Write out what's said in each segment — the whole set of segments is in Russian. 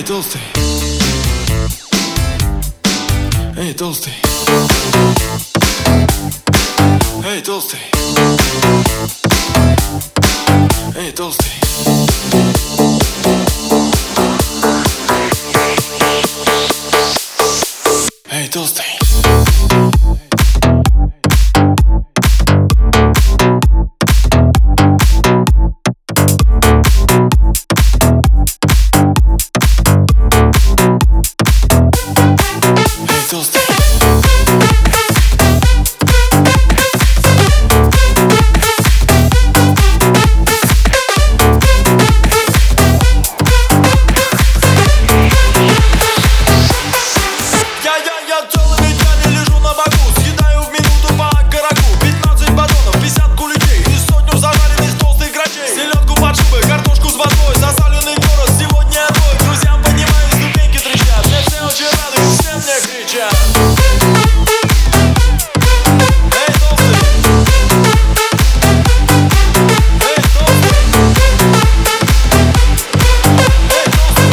толстый, эй, толстый, эй, толстый, эй, толстый, эй, толстый. Я целыми днями лежу на боку, съедаю в минуту по окороку 15 батонов, 50 куличей и сотню зажаренных толстых грачей. Селедку под шубой, картошку с водой, засаленный творог, сегодня бой. Друзьям поднимаю, ступеньки трещат, мне все очень рады, все мне кричат. Эй, толстый! Эй, толстый! Эй, толстый!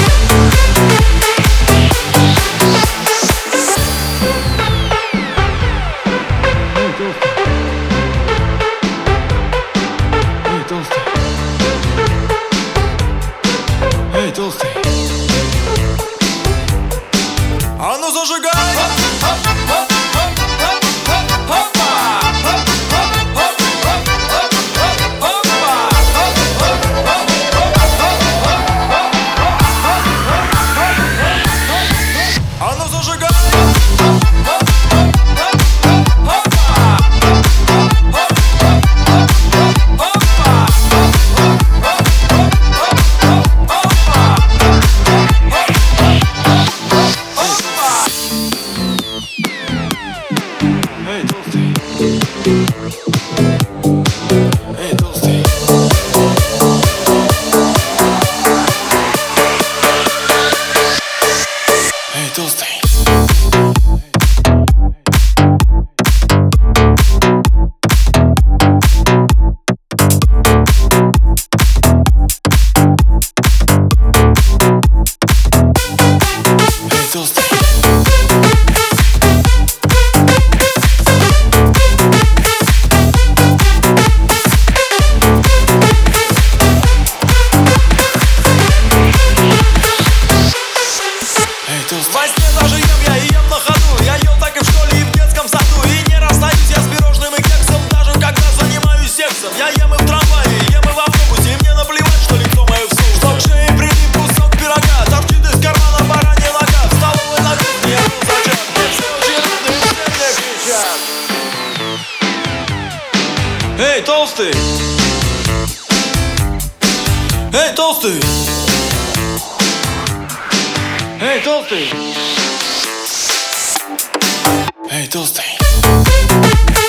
Эй, толстый, А ну зажигай! А ну зажигай! эй, толстый, эй, толстый, эй, толстый. Эй, толстый. Во сне даже ем я и ем на ходу. Я ел так и в школе, и в детском саду. И не расстаюсь я с пирожным и кексом, даже когда занимаюсь сексом. Я ем и в трамвае, ем и в автобусе. И мне наплевать, что лицо мое в соусе. Что к шее прилип кусок пирога, торчит из кармана баранья нога. В столовой на кухне я был зачат. Мне все очень рады, и все мне кричат. Эй, толстый! Эй, толстый! Эй, толстый! Эй, толстый.